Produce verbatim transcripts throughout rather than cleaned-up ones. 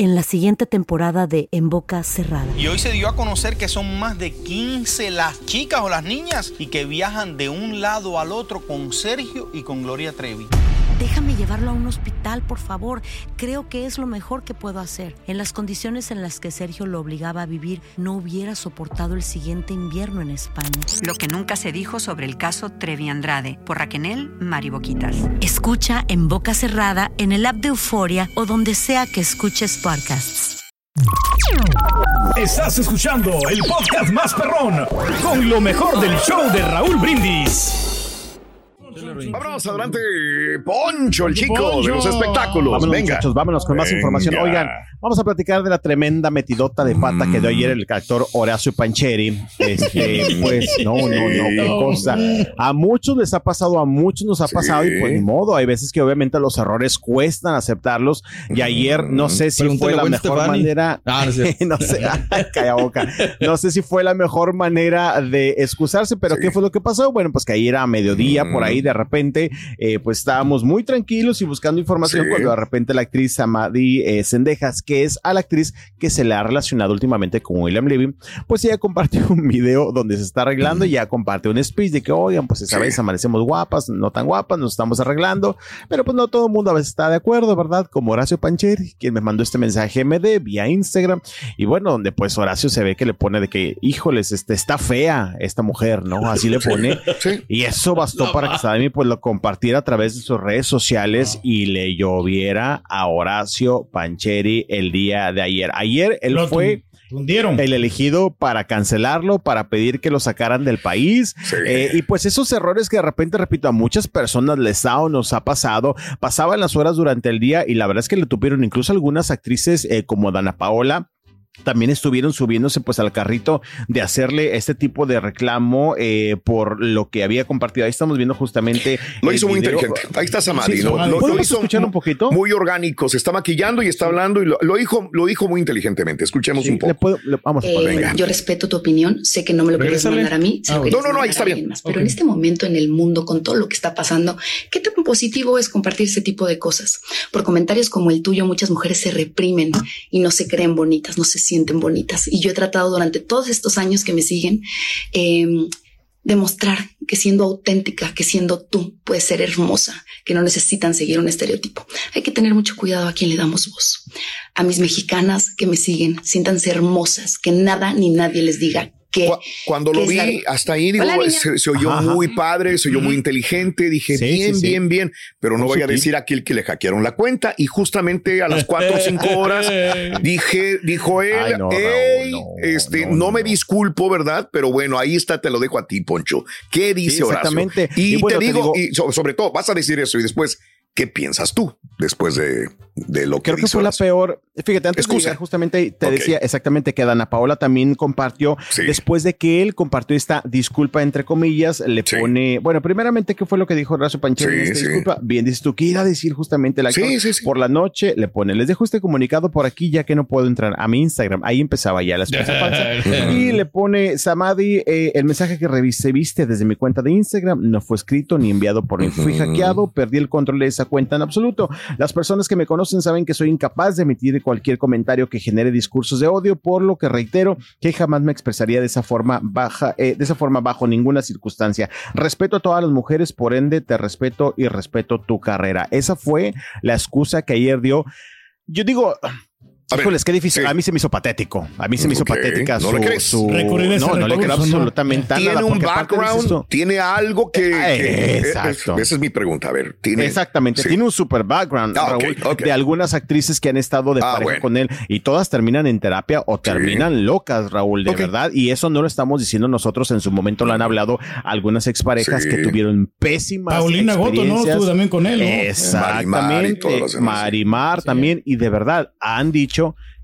en la siguiente temporada de En Boca Cerrada. Y hoy se dio a conocer que son más de quince las chicas o las niñas y que viajan de un lado al otro con Sergio y con Gloria Trevi. Déjame llevarlo a un hospital, por favor. Creo que es lo mejor que puedo hacer. En las condiciones en las que Sergio lo obligaba a vivir, no hubiera soportado el siguiente invierno en España. Lo que nunca se dijo sobre el caso Trevi Andrade, por Raquel Mariboquitas. Escucha En Boca Cerrada, en el app de Euforia o donde sea que escuches podcasts. Estás escuchando el podcast más perrón con lo mejor del show de Raúl Brindis. Vámonos adelante, Poncho, el chico Poncho. de los espectáculos. Vámonos, Venga. muchachos, vámonos con más Venga. información. Oigan, vamos a platicar de la tremenda metidota de pata mm. que dio ayer el actor Horacio Pancheri. Este, pues, no, no, no, qué cosa. A muchos les ha pasado, a muchos nos ha sí. pasado y pues ni modo. Hay veces que obviamente los errores cuestan aceptarlos. Y ayer no sé si Pregúntale fue la mejor Stefani. manera. Ah, no sé. no sé, calla boca. No sé si fue la mejor manera de excusarse, pero sí. ¿qué fue lo que pasó? Bueno, pues que ayer a mediodía, mm. por ahí de repente, eh, pues estábamos muy tranquilos y buscando información sí. cuando de repente la actriz Samadhi eh, Sendejas, que es a la actriz que se le ha relacionado últimamente con William Levy, pues ella compartió un video donde se está arreglando mm. y ya compartió un speech de que, oigan, pues esa sí. vez amanecemos guapas, no tan guapas, nos estamos arreglando, pero pues no todo el mundo a veces está de acuerdo, ¿verdad? Como Horacio Pancheri, quien me mandó este mensaje M D vía Instagram, y bueno, donde pues Horacio se ve que le pone de que, híjoles, este, está fea esta mujer, ¿no? Así le pone, sí. y eso bastó no, para que Sadami pues lo compartiera a través de sus redes sociales no. y le lloviera a Horacio Pancheri el día de ayer. Ayer él lo fue hundieron. el elegido para cancelarlo, para pedir que lo sacaran del país. Sí. Eh, y pues esos errores que de repente, repito, a muchas personas les ha o nos ha pasado, pasaban las horas durante el día y la verdad es que le tuvieron incluso algunas actrices eh, como Dana Paola, también estuvieron subiéndose pues al carrito de hacerle este tipo de reclamo eh, por lo que había compartido. Ahí estamos viendo justamente lo hizo muy video. inteligente. Ahí está Samadhi, sí, ¿no? Lo, lo hizo escuchar un poquito. Muy orgánico, se está maquillando y está hablando y lo, lo dijo lo dijo muy inteligentemente. Escuchemos sí, un poco. Le puedo, le, vamos eh, a yo respeto tu opinión, sé que no me lo quieres mandar a mí. Ah, no, no, no, ahí está bien. Más, pero okay. en este momento en el mundo, con todo lo que está pasando, ¿qué tan positivo es compartir ese tipo de cosas? Por comentarios como el tuyo, muchas mujeres se reprimen y no se creen bonitas, no se sienten bonitas. Y yo he tratado durante todos estos años que me siguen eh, demostrar que siendo auténtica, que siendo tú puedes ser hermosa, que no necesitan seguir un estereotipo. Hay que tener mucho cuidado a quien le damos voz. A mis mexicanas que me siguen, siéntanse hermosas, que nada ni nadie les diga que, cuando lo vi la... hasta ahí digo, Hola, se, se oyó Ajá. muy padre, se oyó mm. muy inteligente, dije sí, bien, sí, bien, sí. bien, pero no voy a decir a aquel que le hackearon la cuenta y justamente a las cuatro o cinco horas dije, dijo él, Ay, no, hey, no, este, no, no, no me disculpo, ¿verdad? Pero bueno, ahí está, te lo dejo a ti, Poncho. ¿Qué dice sí, exactamente. Horacio? Y, y bueno, te, digo, te digo, y so, sobre todo, vas a decir eso y después, ¿qué piensas tú después de, de lo que Creo que fue Horacio? La peor. Fíjate, antes Excusa. de llegar justamente te okay. decía exactamente que Dana Paola también compartió, sí. después de que él compartió esta disculpa, entre comillas, le sí. pone, bueno, primeramente, ¿qué fue lo que dijo Horacio Pancheri? Sí, esta sí. disculpa, bien, dices tú, ¿qué iba a decir justamente la actor? Sí, sí, sí. Por la noche le pone, les dejo este comunicado por aquí ya que no puedo entrar a mi Instagram. Ahí empezaba ya la excusa falsa. Y le pone, Samadhi, eh, el mensaje que recibiste desde mi cuenta de Instagram no fue escrito ni enviado por mí. Fui hackeado, perdí el control de esa cuenta en absoluto. Las personas que me conocen saben que soy incapaz de emitir cualquier comentario que genere discursos de odio, por lo que reitero que jamás me expresaría de esa forma baja, eh, de esa forma bajo ninguna circunstancia. Respeto a todas las mujeres, por ende te respeto y respeto tu carrera. Esa fue la excusa que ayer dio. Yo digo, híjoles, qué difícil. Sí. A mí se me hizo patético. A mí se me hizo okay. patética ¿No su... le crees? su Recurrir no, no le creo absolutamente ¿Tiene nada. un background? ¿Tiene algo que...? que Exacto. Es, esa es mi pregunta. A ver, ¿tiene...? Exactamente. Sí. Tiene un super background, ah, Raúl, okay, okay. de algunas actrices que han estado de ah, pareja bueno. con él y todas terminan en terapia o terminan sí. locas, Raúl, de okay. verdad. Y eso no lo estamos diciendo nosotros. En su momento lo han hablado algunas exparejas sí. que tuvieron pésimas Paulina experiencias. Goto, ¿no? Estuvo también con él, ¿no? Exactamente. Marimar, y Marimar sí. también. Y de verdad, han dicho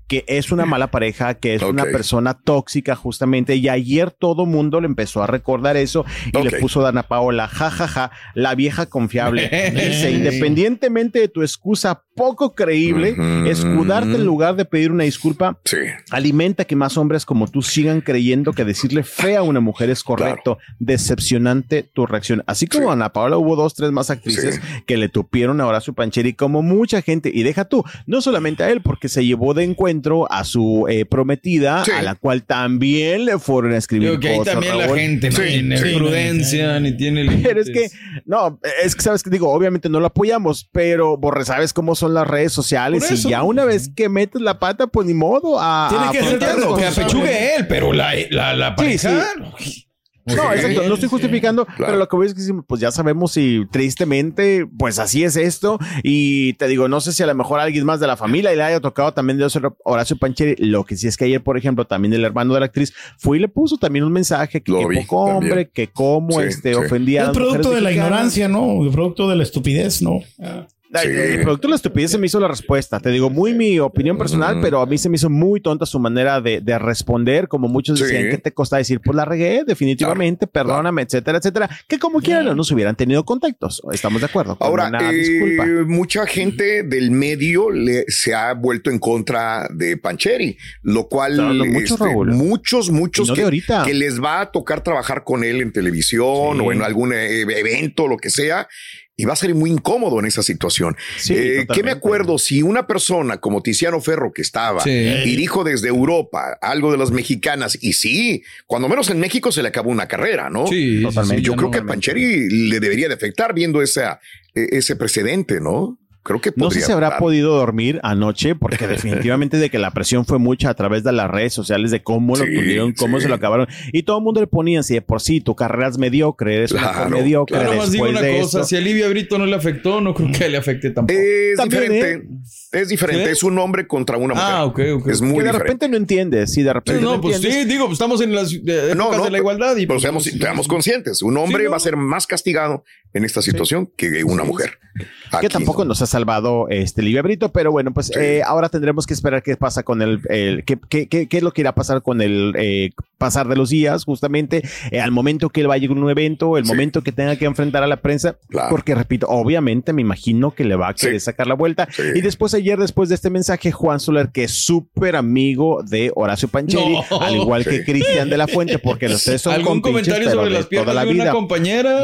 que es una mala pareja, que es okay. una persona tóxica justamente, y ayer todo mundo le empezó a recordar eso y okay. le puso Dana Paola, jajaja, ja, ja, la vieja confiable. Dice, independientemente de tu excusa poco creíble, uh-huh. escudarte en lugar de pedir una disculpa, sí. alimenta que más hombres como tú sigan creyendo que decirle fea a una mujer es correcto. Claro. Decepcionante tu reacción. Así como sí. Dana Paola, hubo dos, tres más actrices sí. que le tupieron a Horacio Pancheri, como mucha gente, y deja tú, no solamente a él, porque se llevó de encuentro a su eh, prometida, sí. a la cual también le fueron a escribir Creo que cosas. Ahí también Raúl. la gente sí, no tiene sí, prudencia, sí. ni tiene límites. Pero es que, no, es que sabes que digo, obviamente no lo apoyamos, pero Borre, sabes cómo son las redes sociales y ya una vez que metes la pata, pues ni modo a... Tiene a que ser que apechugue él, pero la, la, la pareja... Sí, sí. No, exacto, no estoy justificando, claro. pero lo que voy es que pues ya sabemos y tristemente, pues así es esto. Y te digo, no sé si a lo mejor alguien más de la familia le haya tocado también de Horacio Pancheri. Lo que sí es que ayer, por ejemplo, también el hermano de la actriz fue y le puso también un mensaje que, que poco hombre, que cómo sí, este, sí. ofendía. Es producto de la ignorancia, ¿no? El producto de la estupidez, ¿no? Ah. Sí. El producto de la estupidez se me hizo la respuesta. Te digo, muy mi opinión personal, mm. pero a mí se me hizo muy tonta su manera de, de responder. Como muchos decían, sí. ¿qué te costaba decir? Pues la regué, definitivamente, claro, perdóname, claro. etcétera, etcétera. Que como quieran, no nos hubieran tenido contactos. Estamos de acuerdo. Ahora, eh, mucha gente del medio le, se ha vuelto en contra de Pancheri, lo cual no, mucho, este, muchos, muchos no que, que les va a tocar trabajar con él en televisión sí. o en algún eh, evento, lo que sea. Y va a ser muy incómodo en esa situación. Sí, eh, ¿Qué me acuerdo? Si una persona como Tiziano Ferro que estaba sí. y dijo desde Europa algo de las mexicanas, y sí, cuando menos en México se le acabó una carrera, ¿no? Sí, totalmente. Yo creo que a Pancheri le debería de afectar viendo esa, ese precedente, ¿no? Creo que no sé si habrá hablar. podido dormir anoche, porque definitivamente de que la presión fue mucha a través de las redes sociales, de cómo sí, lo tuvieron, cómo sí. se lo acabaron. Y todo el mundo le ponía así de por sí, tu carrera es mediocre, eres claro, una mediocre. Claro, más digo una cosa, esto. Si a Livia Brito no le afectó, no creo que le afecte tampoco. Es También, diferente. ¿eh? Es diferente, ¿sí? Es un hombre contra una mujer. Ah, ok, ok. Es muy que de diferente. repente no entiendes, sí, de repente sí, no, no pues entiendes. sí, digo, pues estamos en las épocas no, no, de la igualdad. Y pero pues, seamos, seamos conscientes, un hombre sí, no. va a ser más castigado en esta situación sí. que una mujer. Aquí, que tampoco ¿no? nos ha salvado este Livia Brito, pero bueno, pues sí. eh, ahora tendremos que esperar qué pasa con el, el qué, qué, qué, qué es lo que irá a pasar con el eh, pasar de los días, justamente eh, al momento que él vaya a un evento, el sí. momento que tenga que enfrentar a la prensa, claro. porque repito, obviamente me imagino que le va a querer sí. sacar la vuelta. Sí. Y después ayer, después de este mensaje, Juan Soler, que es súper amigo de Horacio Pancheri, no. al igual sí. que Cristian de la Fuente, porque los tres son ¿algún comentario sobre las piernas de, de una compañera?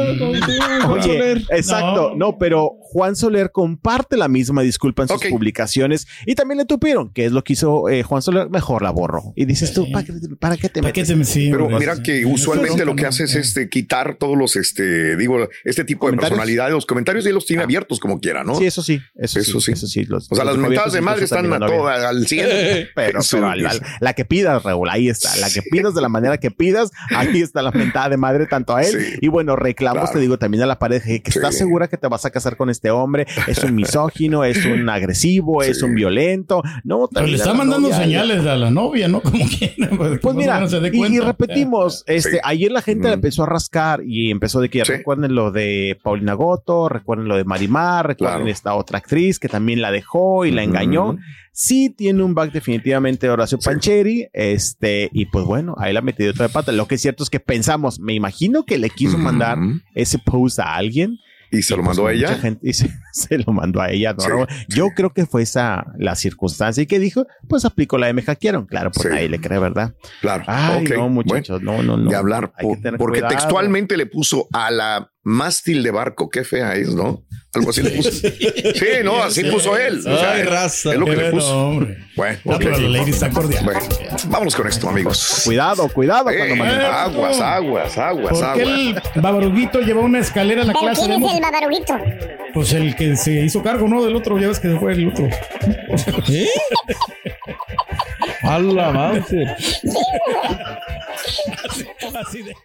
Oye, exacto, no. no, pero Juan Soler comparte la misma disculpa en sus okay. publicaciones y también le tupieron, que es lo que hizo eh, Juan Soler, mejor la borro. Y dices tú, ¿para, ¿para qué te metes? Sí, pero mira sí. que usualmente lo que hace es este, quitar todos los, este, digo, este tipo de personalidades, los comentarios y los tiene ah. abiertos como quiera, ¿no? Sí, eso sí, eso, eso sí. sí. Eso sí los, o sea, las mentadas de madre están a todas al cien. Pero, pero al, al, la que pidas, Raúl, ahí está. La que pidas de la manera que pidas, ahí está la mentada de madre tanto a él. Sí, y bueno, reclamos, claro. te digo, también a la pareja, que sí. estás segura que te vas a casar con este hombre, es un misógino, es un agresivo, sí. es un violento. No, pero le está mandando novia, señales ya. a la novia, ¿no? Como que, pues, pues mira, no se dé cuenta. Y, y repetimos, este, sí. ayer la gente mm. le empezó a rascar y empezó de que sí. recuerden lo de Paulina Goto, recuerden lo de Marimar, recuerden claro. esta otra actriz que también la dejó y mm-hmm. la engañó. Sí tiene un back definitivamente Horacio sí. Pancheri, este, y pues bueno, ahí la metió otra de pata. Lo que es cierto es que pensamos, me imagino que le quiso mm-hmm. mandar ese post a alguien. ¿Y se lo mandó pues, a ella? Gente, y se, se lo mandó a ella. ¿no? Sí, Yo sí. creo que fue esa la circunstancia. Y que dijo, pues aplicó la de me hackearon. Claro, pues sí. nadie le cree, ¿verdad? Claro. Ay, okay. no, muchachos, bueno, no, no, no. De hablar, por, porque cuidado. Textualmente le puso a la mástil de barco. Qué fea es, ¿no? Algo así le puso. Sí, no, así sí. puso él. O sea, Ay, raza. Es lo que Qué le puso. Hombre. Bueno, no, okay. pero la lady está cordial. Bueno, vámonos con esto, amigos. Cuidado, cuidado. Eh, cuando eh, aguas, aguas, aguas, ¿Por aguas. qué el babaruguito llevó una escalera a la ¿Pero clase? quién es el babaruguito? Pues el que se hizo cargo, ¿no? Del otro, ya ves que se fue el otro. ¿Eh? A la madre. Así de...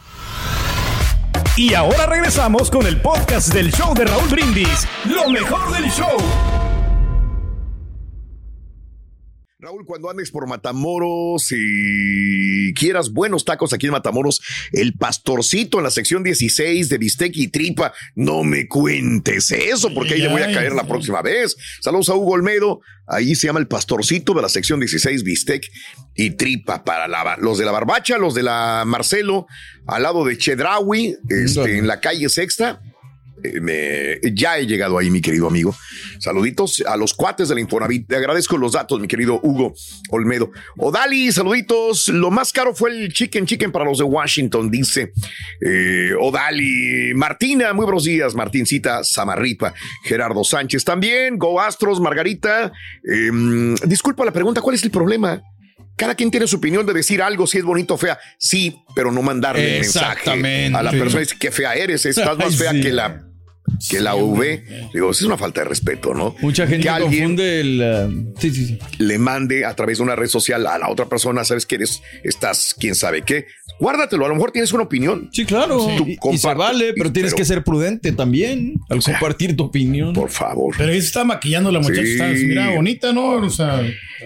Y ahora regresamos con el podcast del show de Raúl Brindis, lo mejor del show. Raúl, cuando andes por Matamoros y quieras buenos tacos aquí en Matamoros, el Pastorcito en la sección dieciséis de bistec y tripa, no me cuentes eso porque ahí le voy a caer la próxima vez. Saludos a Hugo Olmedo, ahí se llama el Pastorcito de la sección dieciséis, bistec y tripa para la, los de la Barbacha, los de la Marcelo, al lado de Chedraui, este, en la calle Sexta. Me, ya he llegado ahí, mi querido amigo. Saluditos a los cuates de la Infonavit. Te agradezco los datos, mi querido Hugo Olmedo. Odali, saluditos. Lo más caro fue el chicken chicken para los de Washington, dice eh, Odali. Martina, muy buenos días. Martincita Samarripa. Gerardo Sánchez también. Go Astros, Margarita. Eh, disculpa la pregunta, ¿cuál es el problema? Cada quien tiene su opinión de decir algo, si es bonito o fea. Sí, pero no mandarle mensaje a la persona y decir que fea eres, estás más fea sí. que la que la U V. Digo, eso es una falta de respeto, ¿no? Mucha gente que confunde el... Uh, sí, sí, sí. Le mande a través de una red social a la otra persona, sabes que eres, estás, quién sabe qué. Guárdatelo, a lo mejor tienes una opinión. Sí, claro. Sí. Y, y se vale, pero tienes pero, que ser prudente también al o sea, compartir tu opinión. Por favor. Pero ahí se está maquillando la muchacha, sí. está, mira, bonita, ¿no? O sea...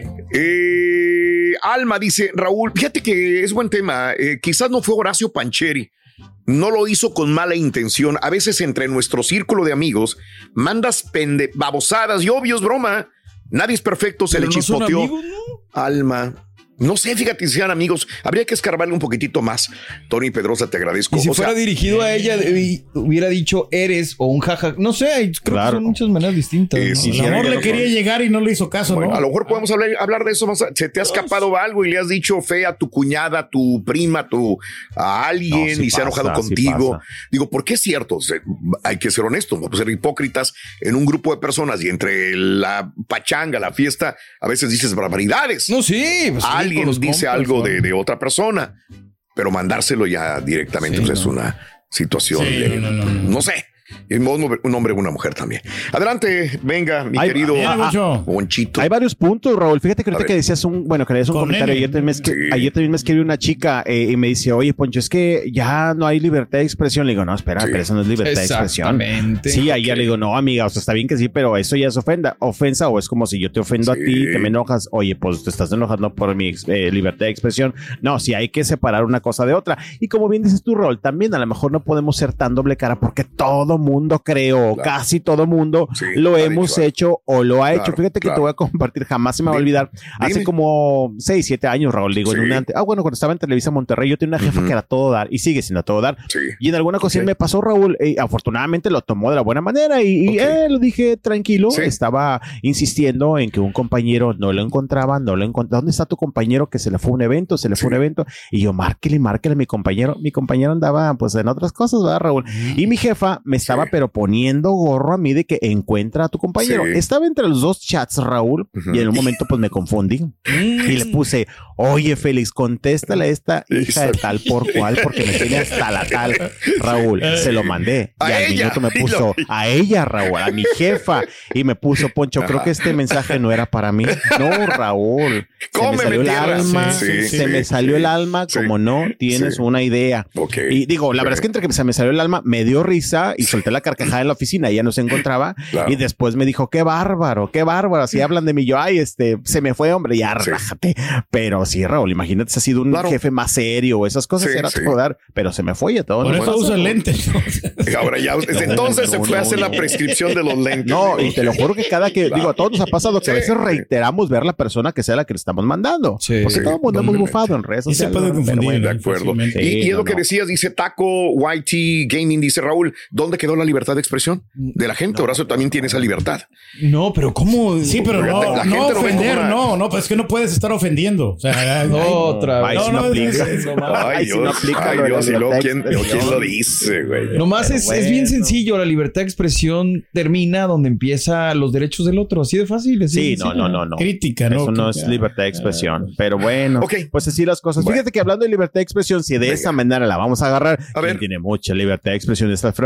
Eh, Alma dice, Raúl, fíjate que es buen tema. Eh, quizás no fue Horacio Pancheri. No lo hizo con mala intención. A veces entre nuestro círculo de amigos mandas pende babosadas y obvio es broma. Nadie es perfecto, se Pero le no chispoteó. Amigos, ¿no? Alma. No sé, fíjate, si sean amigos, habría que escarbarle un poquitito más. Tony Pedrosa, te agradezco. Y si o fuera sea, dirigido a ella, hubiera dicho eres o un jaja. No sé, creo claro. que son muchas maneras distintas. Eh, ¿no? Si el amor le quería no. llegar y no le hizo caso, bueno, ¿no? A lo mejor podemos hablar, hablar de eso más. Se te ha escapado algo y le has dicho fea a tu cuñada, a tu prima, a, tu, a alguien no, si y pasa, se ha enojado contigo. Si Digo, porque es cierto, se, hay que ser honestos, no puede ser hipócritas en un grupo de personas y entre la pachanga, la fiesta, a veces dices barbaridades. No, sí. Pues alguien nos dice compas, algo De, de otra persona, pero mandárselo ya directamente sí, pues no. es una situación sí, de, no, no, no. no sé, un hombre o una mujer también. Adelante, venga, mi Hay, querido Bonchito. Hay varios puntos, Raúl. Fíjate que ahorita que decías un, bueno, que le des un comentario. Ayer también, me escri- sí. ayer también me escribió una chica eh, y me dice, oye, Poncho, es que ya no hay libertad de expresión. Le digo, no, espera, sí. pero eso no es libertad de expresión. Sí, okay. Ayer le digo, no, amiga, o sea, está bien que sí, pero eso ya es ofenda, ofensa, o es como si yo te ofendo sí. a ti, te me enojas. Oye, pues te estás enojando por mi eh, libertad de expresión. No, sí, hay que separar una cosa de otra. Y como bien dices tú, Raúl, también a lo mejor no podemos ser tan doble cara porque todo mundo creo, claro. casi todo mundo sí, lo hemos dicho, hecho o lo ha claro, hecho. Fíjate que claro. te voy a compartir, jamás se me va a olvidar. Dime. Hace como seis, siete años, Raúl, digo, sí. en una, ah, bueno, cuando estaba en Televisa Monterrey, yo tenía una jefa uh-huh. que era todo dar y sigue siendo todo dar. Sí. Y en alguna ocasión okay. me pasó, Raúl, eh, afortunadamente lo tomó de la buena manera y, okay. y eh, lo dije tranquilo. Sí. Estaba insistiendo en que un compañero no lo encontraba, no lo encontraba. ¿Dónde está tu compañero que se le fue un evento? Se le fue sí. un evento. Y yo, márquele, márquele a mi compañero. Mi compañero andaba pues en otras cosas, ¿verdad, Raúl? Uh-huh. Y mi jefa me estaba sí. pero poniendo gorro a mí de que encuentra a tu compañero. Sí. Estaba entre los dos chats, Raúl, uh-huh. y en un momento pues me confundí y le puse, oye, Félix, contéstale a esta hija de tal por cual porque me tiene hasta la tal. Raúl, se lo mandé y al minuto me puso a ella, Raúl, a mi jefa, y me puso, Poncho, creo que este mensaje no era para mí. No, Raúl, se me salió el alma, sí, sí, se sí, me salió sí, el alma sí, como no tienes sí. una idea. Okay. Y digo, la okay. verdad es que entre que se me salió el alma, me dio risa y solté la carcajada en la oficina, ella no se encontraba claro. y después me dijo, qué bárbaro, qué bárbaro, así hablan de mí, yo, ay, este, se me fue, hombre, ya, sí. rájate. Pero sí, Raúl, imagínate si ha sido un claro. jefe más serio o esas cosas, sí, era sí. todo dar, pero se me fue ya todo. Por no eso usa lentes. Ahora ya, desde entonces se fue a hacer la prescripción de los lentes. No, y te lo juro que cada que, digo, a todos nos ha pasado que sí. a veces reiteramos ver la persona que sea la que le estamos mandando. Sí. Porque sí. todo el mundo hemos bufado en redes sociales. Y se puede confundir. Bueno, de acuerdo. Sí, y, y es no, lo que decías, dice Taco, Y T Gaming, dice Raúl, ¿dónde quedó la libertad de expresión de la gente? No, Horacio no, también tiene esa libertad. No, pero ¿cómo? Sí, pero no, la, la no gente ofender, no, no, no, pues es que no puedes estar ofendiendo. O sea, no, otra vez. No, no, aplica. Ay, Dios, no aplica ay, Dios, y luego ¿quién, ¿quién lo dice, güey? Nomás es, bueno. es bien sencillo, la libertad de expresión termina donde empieza los derechos del otro, así de fácil. Así sí, no, no, no, no. Crítica, ¿no? Eso no es libertad de expresión, pero bueno, okay. pues así las cosas. Bueno. Fíjate que hablando de libertad de expresión, si de Venga. esa manera la vamos a agarrar, a ver. Tiene mucha libertad de expresión esta Alfredo Adame.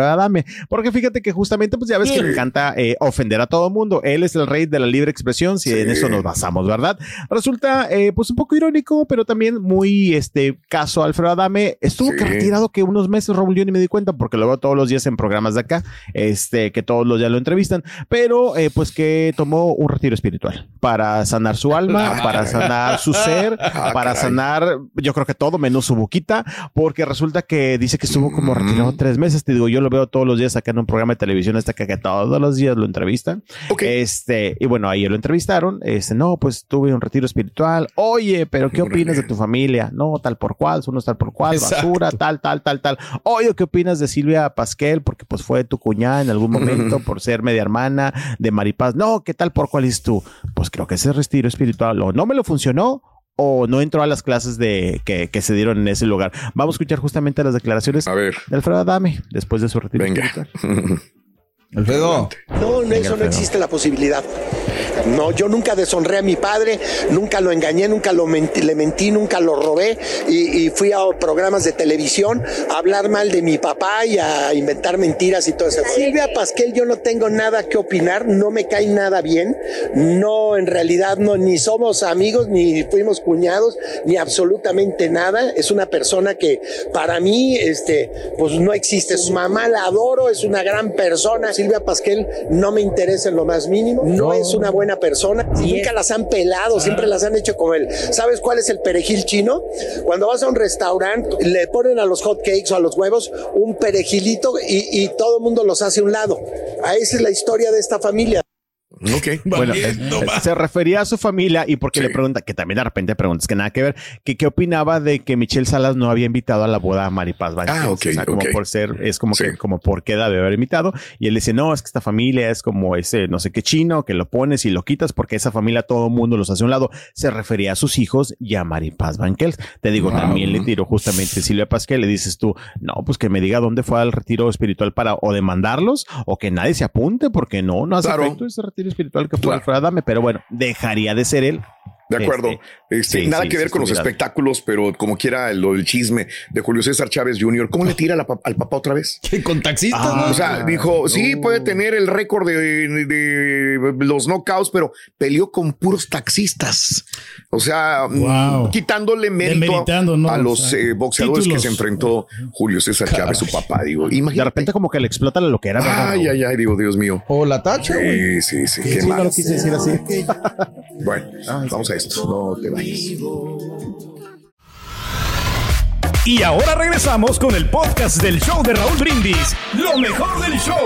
Adame, porque fíjate que justamente, pues ya ves que le encanta eh, ofender a todo mundo. Él es el rey de la libre expresión, si sí. en eso nos basamos, ¿verdad? Resulta, eh, pues un poco irónico, pero también muy, este, caso Alfredo Adame. Estuvo sí. que retirado que unos meses, Raúl, yo ni me di cuenta, porque lo veo todos los días en programas de acá, este, que todos los días lo entrevistan, pero eh, pues que tomó un retiro espiritual para sanar su alma, ah, para sanar su ser, ah, para caray. sanar, yo creo que todo, menos su boquita, porque resulta que dice que estuvo como retirado tres meses. Te digo, yo lo veo todos los días acá en un programa de televisión, hasta que, que todos los días lo entrevistan. Okay. Este, y bueno, ahí lo entrevistaron. Este, no, pues tuve un retiro espiritual. Oye, pero ¿qué opinas de tu familia? No, tal por cual, uno tal por cual, Exacto. basura, tal, tal, tal, tal. Oye, ¿qué opinas de Silvia Pasquel? Porque pues fue tu cuñada en algún momento por ser media hermana de Maripaz. No, ¿qué tal por cuál es tú? Pues creo que ese retiro espiritual o no me lo funcionó o no entró a las clases de que, que se dieron en ese lugar. Vamos a escuchar justamente las declaraciones a ver. de Alfredo Adame después de su retiro Venga. espiritual. Alfredo. No, no, eso no existe la posibilidad. No, yo nunca deshonré a mi padre, nunca lo engañé, nunca lo mentí, le mentí, nunca lo robé y, y fui a programas de televisión a hablar mal de mi papá y a inventar mentiras y todo eso. Silvia Pasquel, yo no tengo nada que opinar, no me cae nada bien, no, en realidad no, ni somos amigos, ni fuimos cuñados, ni absolutamente nada. Es una persona que para mí, este, pues no existe. Su mamá la adoro, es una gran persona. Silvia Pasquel no me interesa en lo más mínimo, no, no. es una buena persona, y nunca las han pelado, siempre las han hecho como él. ¿Sabes cuál es el perejil chino? Cuando vas a un restaurante, le ponen a los hot cakes o a los huevos un perejilito y, y todo el mundo los hace a un lado. A esa es la historia de esta familia. Ok. Bueno, eh, se refería a su familia y porque sí. le pregunta, que también de repente preguntas que nada que ver, que qué opinaba de que Michelle Salas no había invitado a la boda a Maripaz Banquels. Ah, ok. O sea, como okay. por ser, es como sí. que, como por qué debe haber invitado. Y él dice, no, es que esta familia es como ese no sé qué chino que lo pones y lo quitas porque esa familia todo el mundo los hace a un lado. Se refería a sus hijos y a Maripaz Banquels. Te digo, wow. también le tiró justamente Silvia Pasquel. Le dices tú, no, pues que me diga dónde fue al retiro espiritual para o demandarlos o que nadie se apunte porque no, no hace claro. efecto ese retiro espiritual que fue claro. Alfredo Adame, pero bueno, dejaría de ser él. De acuerdo. Este, este, sí, nada sí, que ver sí, con los espectáculos, pero como quiera lo del chisme de Julio César Chávez junior ¿Cómo oh. le tira la, al papá otra vez? ¿Qué, con taxistas? Ah, ¿no? O sea, dijo, sí, no. puede tener el récord de, de, de los knockouts, pero peleó con puros taxistas. O sea, wow. quitándole mérito ¿no? a los o sea, eh, boxeadores títulos. que se enfrentó Julio César Chávez, Caray. su papá. Digo, imagínate. De repente como que le explota lo que era. Ay, ay, ay, digo, Dios mío. O la tacha. Sí, sí, sí. Qué mal. No lo quise decir así. Bueno, ay, vamos a esto. No te vayas. Y ahora regresamos con el podcast del show de Raúl Brindis. Lo mejor del show.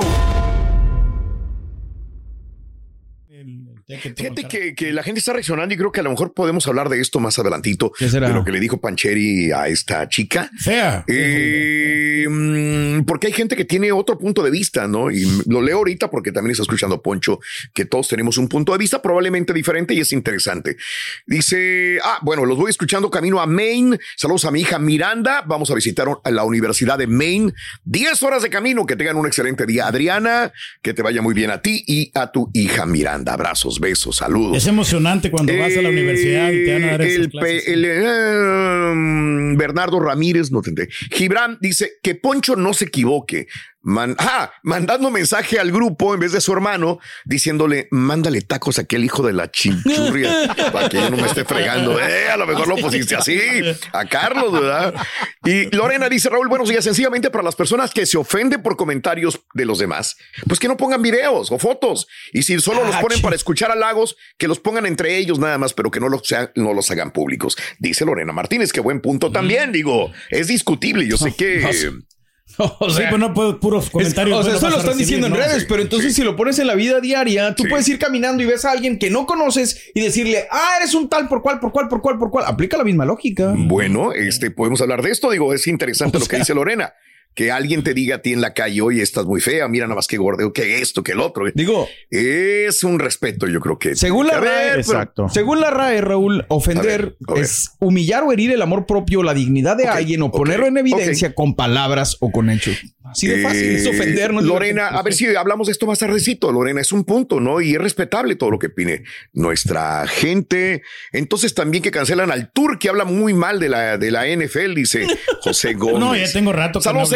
Fíjate que, que la gente está reaccionando y creo que a lo mejor podemos hablar de esto más adelantito. ¿Qué será? De lo que le dijo Pancheri a esta chica. Fea. Eh, porque hay gente que tiene otro punto de vista, ¿no? Y lo leo ahorita porque también está escuchando Poncho, que todos tenemos un punto de vista probablemente diferente y es interesante. Dice, ah, bueno, los voy escuchando camino a Maine. Saludos a mi hija Miranda. Vamos a visitar a la Universidad de Maine. Diez horas de camino. Que tengan un excelente día, Adriana. Que te vaya muy bien a ti y a tu hija Miranda. Abrazos, besos, saludos. Es emocionante cuando eh, vas a la universidad y te van a dar esas el, clases. El, uh, Bernardo Ramírez, no te enteré. Gibran dice que Poncho no se equivoque. Man, ah, mandando mensaje al grupo en vez de su hermano, diciéndole, mándale tacos a aquel hijo de la chinchurria para que yo no me esté fregando. Eh, a lo mejor lo pusiste así a Carlos, ¿verdad? Y Lorena dice, Raúl, buenos días. Sencillamente para las personas que se ofenden por comentarios de los demás, pues que no pongan videos o fotos. Y si solo los ponen para escuchar halagos, que los pongan entre ellos nada más, pero que no los, sean, no los hagan públicos. Dice Lorena Martínez, qué buen punto también. Digo, es discutible. Yo sé que... O sea, sí, pues no puedo puros comentarios. Es, o sea, eso lo están recibir, diciendo ¿no? en redes, sí, pero entonces sí. si lo pones en la vida diaria, tú sí. puedes ir caminando y ves a alguien que no conoces y decirle, ah, eres un tal por cual, por cual, por cual, por cual. Aplica la misma lógica. Bueno, este, podemos hablar de esto. Digo, es interesante o lo sea, que dice Lorena. Que alguien te diga a ti en la calle, oye, estás muy fea, mira nada más que gordeo, que esto, que el otro. Digo, es un respeto, yo creo que. Según la R A E, exacto. Según la R A E, Raúl, ofender a ver, a ver. es humillar o herir el amor propio, la dignidad de okay, alguien o ponerlo okay, en evidencia okay. con palabras o con hechos. Así de fácil, eh, es ofender. No Lorena, a ver si hablamos de esto más tardecito. Lorena, es un punto, ¿no? Y es respetable todo lo que opine nuestra gente. Entonces también que cancelan al Tour, que habla muy mal de la, de la N F L, dice José Gómez. No, ya tengo rato. Saludos en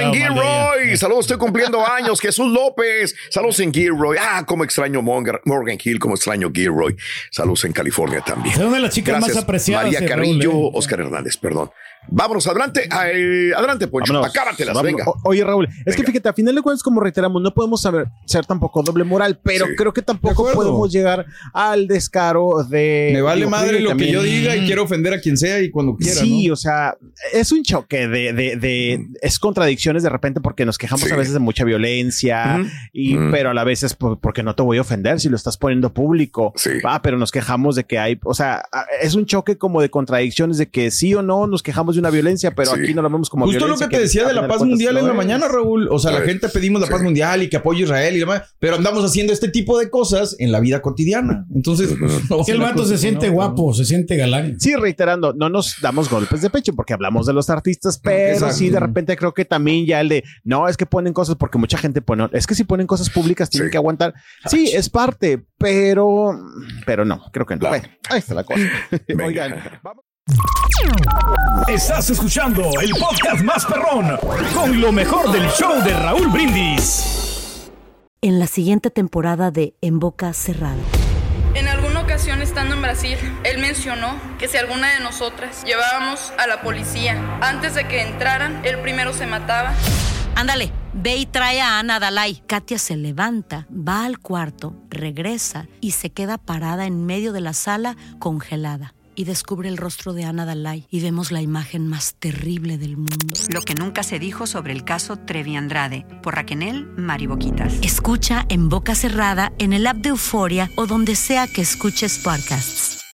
en Gilroy. Saludos, estoy cumpliendo años. Jesús López. Saludos en Gilroy. Ah, cómo extraño Morgan, Morgan Hill, cómo extraño Gilroy. Saludos en California también. Es una de las chicas Gracias, más apreciadas. María Carrillo, Raúl, eh. Oscar Hernández, perdón. Vámonos, adelante. Ay, adelante, Poncho. Vámonos, Acábatelas, vámonos. venga. O- Oye, Raúl, Venga. es que fíjate, a final de cuentas, como reiteramos, no podemos saber, ser tampoco doble moral, pero Sí. creo que De tampoco acuerdo. podemos llegar al descaro de... Me vale digo, madre Frida lo que también. yo diga y quiero ofender a quien sea y cuando quiera, Sí, ¿no? o sea, es un choque de, de, de es contradicciones de repente porque nos quejamos Sí. a veces de mucha violencia, Ujú. y Ujú. pero a la vez es por- porque no te voy a ofender si lo estás poniendo público. Sí. Ah, pero nos quejamos de que hay, o sea, a- es un choque como de contradicciones de que sí o no nos quejamos de una violencia, pero Sí. aquí no lo vemos como Justo lo violencia. que te decía a de la final paz cuentas mundial lo en la es. mañana, Raúl. O sea, la Sí. gente pedimos la paz Sí. mundial y que apoye a Israel y demás, pero andamos haciendo este tipo de cosas en la vida cotidiana. Entonces, no, Que el una vato cosa se que siente no, guapo, se siente galán. Sí, reiterando, no nos damos golpes de pecho porque hablamos de los artistas, pero Exacto. sí de repente creo que también ya el de no es que ponen cosas porque mucha gente pone, es que si ponen cosas públicas tienen Sí. que aguantar. Sí, es parte, pero pero no, creo que no. Claro. Bueno, ahí está la cosa. Venga. Oigan, vamos. Estás escuchando el podcast más perrón con lo mejor del show de Raúl Brindis. En la siguiente temporada de En Boca Cerrada. En alguna ocasión estando en Brasil, él mencionó que si alguna de nosotras llevábamos a la policía antes de que entraran, él primero se mataba. Ándale, ve y trae a Ana Dalai. Katia se levanta, va al cuarto, regresa y se queda parada en medio de la sala congelada. Y descubre el rostro de Ana Dalai y vemos la imagen más terrible del mundo. Lo que nunca se dijo sobre el caso Trevi Andrade, por Raquel Mariboquitas. Escucha En Boca Cerrada en el app de Euforia o donde sea que escuches podcasts.